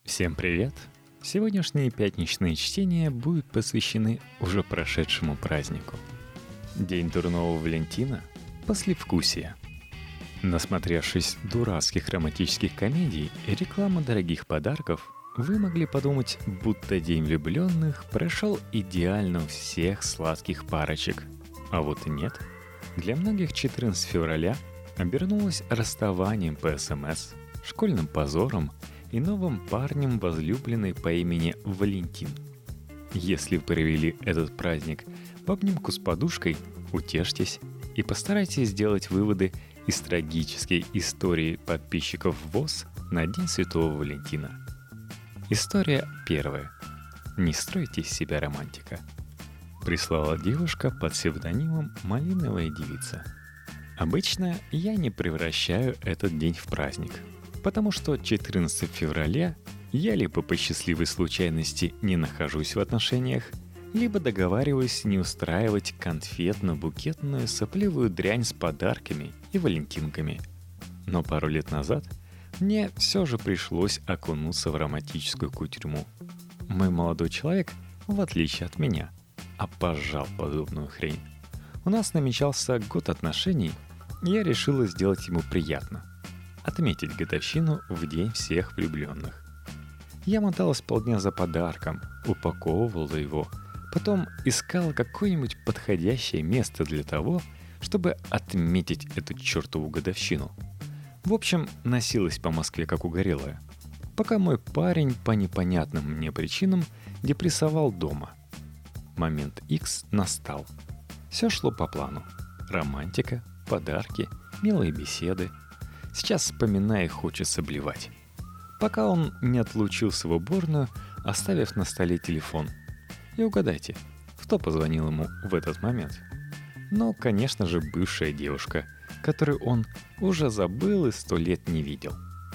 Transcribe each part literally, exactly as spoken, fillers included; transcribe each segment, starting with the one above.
Всем привет! Сегодняшние пятничные чтения будут посвящены уже прошедшему празднику. День дурного Валентина – послевкусие. Насмотревшись дурацких романтических комедий и рекламы дорогих подарков, вы могли подумать, будто День влюбленных прошел идеально у всех сладких парочек. А вот и нет. Для многих четырнадцатое февраля обернулось расставанием по СМС, школьным позором и новым парнем возлюбленной по имени Валентин. Если вы провели этот праздник в обнимку с подушкой, утешьтесь и постарайтесь сделать выводы из трагической истории подписчиков ВОС на День Святого Валентина. История первая. Не стройте из себя романтика. Прислала девушка под псевдонимом «Малиновая девица». Обычно я не превращаю этот день в праздник, потому что четырнадцатое февраля я либо по счастливой случайности не нахожусь в отношениях, либо договариваюсь не устраивать конфетно-букетную сопливую дрянь с подарками и валентинками. Но пару лет назад мне все же пришлось окунуться в романтическую кутерьму. Мой молодой человек, в отличие от меня, обожал подобную хрень. У нас намечался год отношений, и я решила сделать ему приятно — отметить годовщину в День всех влюбленных. Я моталась полдня за подарком, упаковывала его, потом искала какое-нибудь подходящее место для того, чтобы отметить эту чертову годовщину. В общем, носилась по Москве как угорелая, пока мой парень по непонятным мне причинам депрессовал дома. Момент X настал. Все шло по плану. Романтика, подарки, милые беседы. Сейчас, вспоминая, их хочется блевать. Пока он не отлучился в уборную, оставив на столе телефон. И угадайте, кто позвонил ему в этот момент? Ну, конечно же, бывшая девушка, которую он уже забыл и сто лет не видел.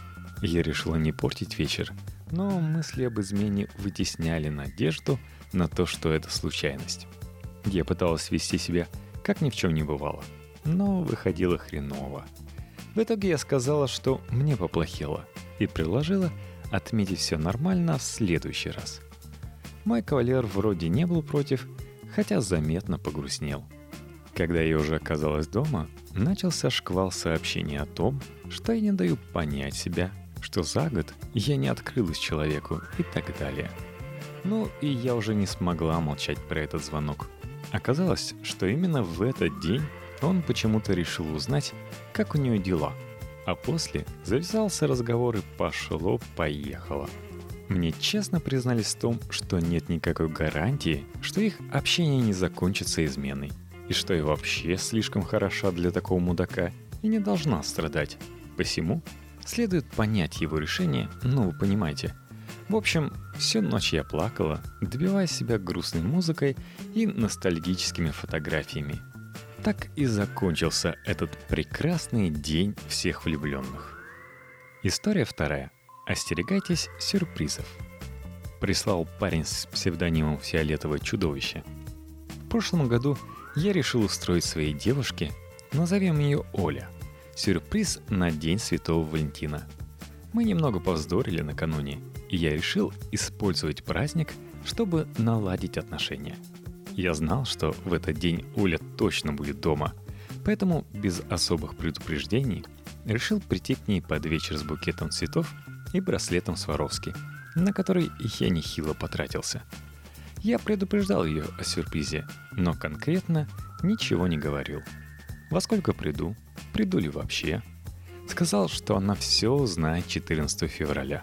Я решила не портить вечер, но мысли об измене вытесняли надежду на то, что это случайность. Я пыталась вести себя, как ни в чем не бывало, но выходило хреново. В итоге я сказала, что мне поплохело, и предложила отметить все нормально в следующий раз. Мой кавалер вроде не был против, хотя заметно погрустнел. Когда я уже оказалась дома, начался шквал сообщений о том, что я не даю понять себя, что за год я не открылась человеку и так далее. Ну и я уже не смогла молчать про этот звонок. Оказалось, что именно в этот день он почему-то решил узнать, как у нее дела. А после завязался разговор и пошло-поехало. Мне честно признались в том, что нет никакой гарантии, что их общение не закончится изменой. И что я вообще слишком хороша для такого мудака и не должна страдать. Посему следует понять его решение, ну вы понимаете. В общем, всю ночь я плакала, добивая себя грустной музыкой и ностальгическими фотографиями. Так и закончился этот прекрасный день всех влюбленных. История вторая. Остерегайтесь сюрпризов. Прислал парень с псевдонимом «Фиолетовое чудовище». В прошлом году я решил устроить своей девушке, назовем ее Оля, сюрприз на День Святого Валентина. Мы немного повздорили накануне, и я решил использовать праздник, чтобы наладить отношения. Я знал, что в этот день Оля точно будет дома, поэтому без особых предупреждений решил прийти к ней под вечер с букетом цветов и браслетом Сваровски, на который я нехило потратился. Я предупреждал ее о сюрпризе, но конкретно ничего не говорил. Во сколько приду, приду ли вообще. Сказал, что она все узнает четырнадцатого февраля.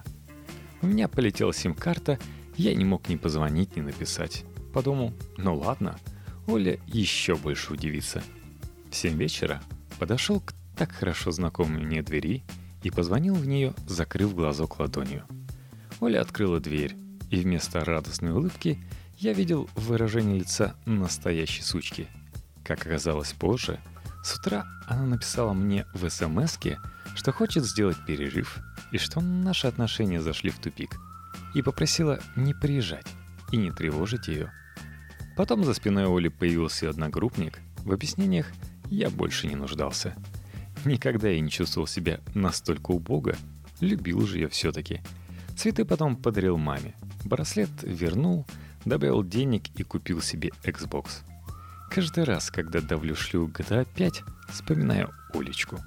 У меня полетела сим-карта, я не мог ни позвонить, ни написать. Подумал, ну ладно, Оля еще больше удивится. В семь вечера подошел к так хорошо знакомой мне двери и позвонил в нее, закрыв глазок ладонью. Оля открыла дверь, и вместо радостной улыбки я видел выражение лица настоящей сучки. Как оказалось позже, с утра она написала мне в смс-ке, что хочет сделать перерыв и что наши отношения зашли в тупик, и попросила не приезжать и не тревожить ее. Потом за спиной Оли появился одногруппник. В объяснениях я больше не нуждался. Никогда я не чувствовал себя настолько убого, любил же я все-таки. Цветы потом подарил маме. Браслет вернул, добавил денег и купил себе Xbox. Каждый раз, когда давлю шлю джи ти эй пять, вспоминаю Олечку.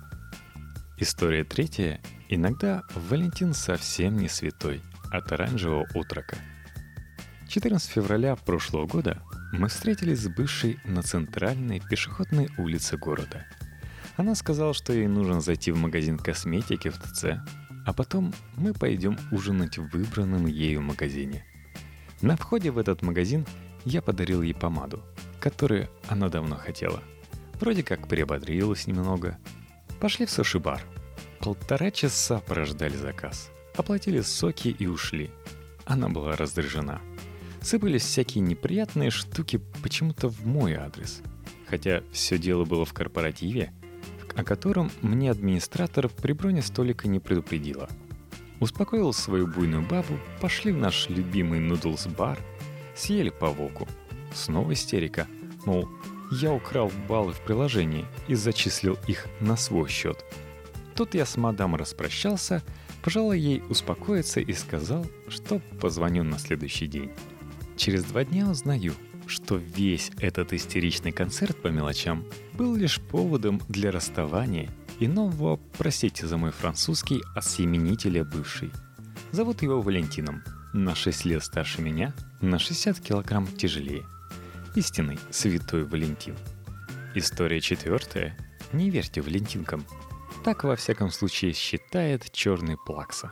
История третья. Иногда Валентин совсем не святой, от оранжевого утрока. четырнадцатого февраля прошлого года мы встретились с бывшей на центральной пешеходной улице города. Она сказала, что ей нужно зайти в магазин косметики в ТЦ, а потом мы пойдем ужинать в выбранном ею магазине. На входе в этот магазин я подарил ей помаду, которую она давно хотела. Вроде как приободрилась немного. Пошли в суши-бар. Полтора часа прождали заказ. Оплатили соки и ушли. Она была раздражена. Сыпались всякие неприятные штуки почему-то в мой адрес. Хотя все дело было в корпоративе, о котором мне администратор при броне столика не предупредила. Успокоил свою буйную бабу, пошли в наш любимый нудлс-бар, съели по воку. Снова истерика, мол, я украл баллы в приложении и зачислил их на свой счет. Тут я с мадам распрощался, пожелал ей успокоиться и сказал, что позвоню на следующий день. Через два дня узнаю, что весь этот истеричный концерт по мелочам был лишь поводом для расставания и нового, простите за мой французский, осеменителя бывшей. Зовут его Валентином, на шесть лет старше меня, на шестьдесят килограмм тяжелее. Истинный святой Валентин. История четвертая. Не верьте Валентинкам. Так, во всяком случае, считает черный плакса.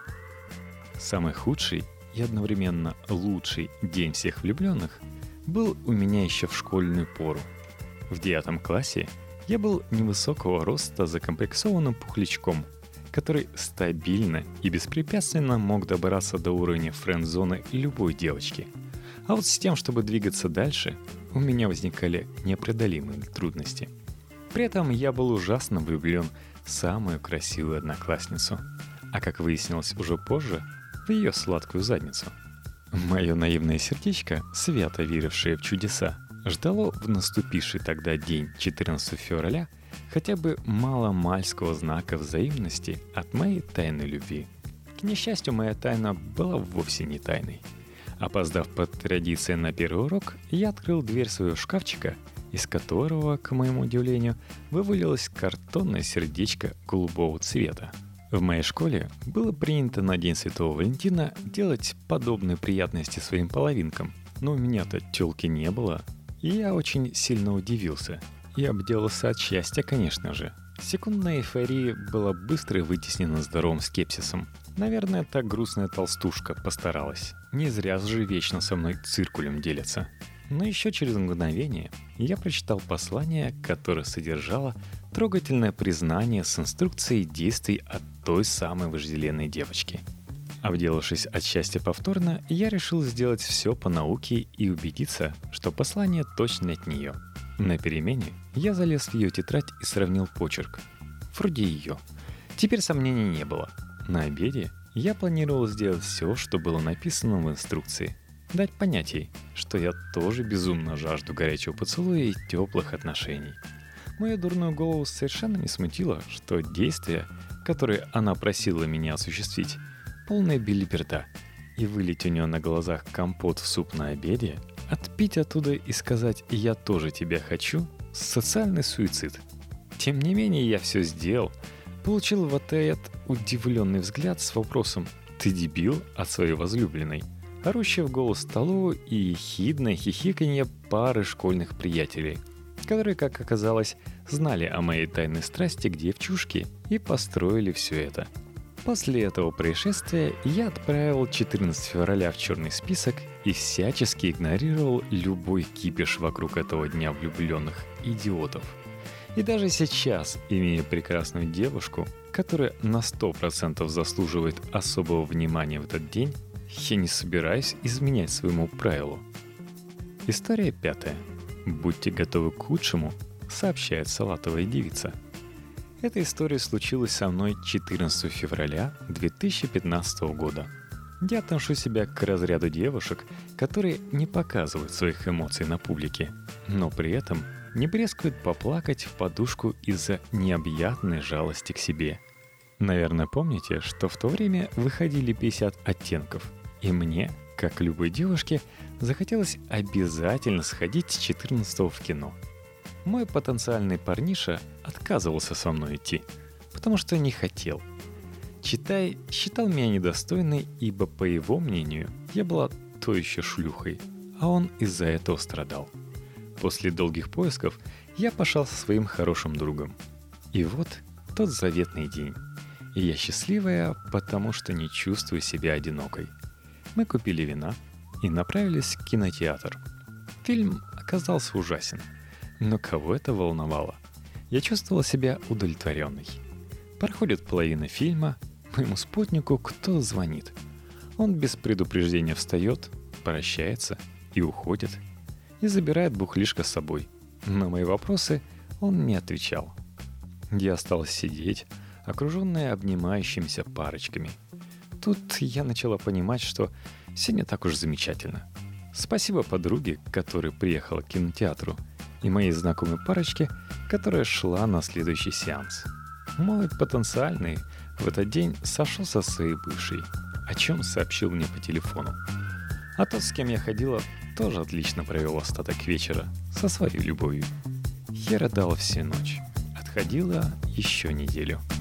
Самый худший и одновременно лучший день всех влюбленных был у меня еще в школьную пору. В девятом классе я был невысокого роста закомплексованным пухлячком, который стабильно и беспрепятственно мог добраться до уровня френд-зоны любой девочки. А вот с тем, чтобы двигаться дальше, у меня возникали непреодолимые трудности. При этом я был ужасно влюблен в самую красивую одноклассницу, а как выяснилось уже позже, в ее сладкую задницу. Мое наивное сердечко, свято верившее в чудеса, ждало в наступивший тогда день четырнадцатого февраля хотя бы маломальского знака взаимности от моей тайной любви. К несчастью, моя тайна была вовсе не тайной. Опоздав по традиции на первый урок, я открыл дверь своего шкафчика, из которого, к моему удивлению, вывалилось картонное сердечко голубого цвета. В моей школе было принято на День Святого Валентина делать подобные приятности своим половинкам, но у меня-то тёлки не было, и я очень сильно удивился. И обделался от счастья, конечно же. Секундная эйфория была быстро вытеснена здоровым скепсисом. Наверное, та грустная толстушка постаралась. Не зря же вечно со мной циркулем делятся. Но еще через мгновение я прочитал послание, которое содержало трогательное признание с инструкцией действий от той самой вожделенной девочки. Обделавшись от счастья повторно, я решил сделать все по науке и убедиться, что послание точно от нее. На перемене я залез в ее тетрадь и сравнил почерк. Вроде ее. Теперь сомнений не было. На обеде я планировал сделать все, что было написано в инструкции. Дать понять ей, что я тоже безумно жажду горячего поцелуя и теплых отношений. Мою дурную голову совершенно не смутило, что действия, которые она просила меня осуществить, полная белиберда, и вылить у нее на глазах компот в суп на обеде, отпить оттуда и сказать «я тоже тебя хочу» — социальный суицид. Тем не менее, я все сделал, получил в ответ удивленный взгляд с вопросом «ты дебил?» от своей возлюбленной, орущий в голос столовую и ехидное хихиканье пары школьных приятелей, которые, как оказалось, знали о моей тайной страсти к девчушке и построили все это. После этого происшествия я отправил четырнадцатого февраля в черный список и всячески игнорировал любой кипиш вокруг этого дня влюбленных идиотов. И даже сейчас, имея прекрасную девушку, которая на сто процентов заслуживает особого внимания в этот день, я не собираюсь изменять своему правилу. История пятая. Будьте готовы к худшему, сообщает салатовая девица. Эта история случилась со мной четырнадцатого февраля две тысячи пятнадцатого года. Я отношу себя к разряду девушек, которые не показывают своих эмоций на публике, но при этом не брезгуют поплакать в подушку из-за необъятной жалости к себе. Наверное, помните, что в то время выходили пятьдесят оттенков, и мне, как любой девушке, захотелось обязательно сходить с четырнадцатого в кино. Мой потенциальный парниша отказывался со мной идти, потому что не хотел. Читай, считал меня недостойной, ибо, по его мнению, я была то еще шлюхой, а он из-за этого страдал. После долгих поисков я пошел со своим хорошим другом. И вот тот заветный день. И я счастливая, потому что не чувствую себя одинокой. Мы купили вина и направились в кинотеатр. Фильм оказался ужасен, но кого это волновало? Я чувствовала себя удовлетворенной. Проходит половина фильма, моему спутнику кто-то звонит. Он без предупреждения встает, прощается и уходит. И забирает бухлишко с собой. На мои вопросы он не отвечал. Я осталась сидеть, окруженная обнимающимися парочками. Тут я начала понимать, что все не так уж замечательно. Спасибо подруге, которая приехала к кинотеатру, и моей знакомой парочке, которая шла на следующий сеанс. Мой потенциальный в этот день сошелся со своей бывшей, о чем сообщил мне по телефону. А тот, с кем я ходила, тоже отлично провел остаток вечера со своей любовью. Я рыдала всю ночь, отходила еще неделю.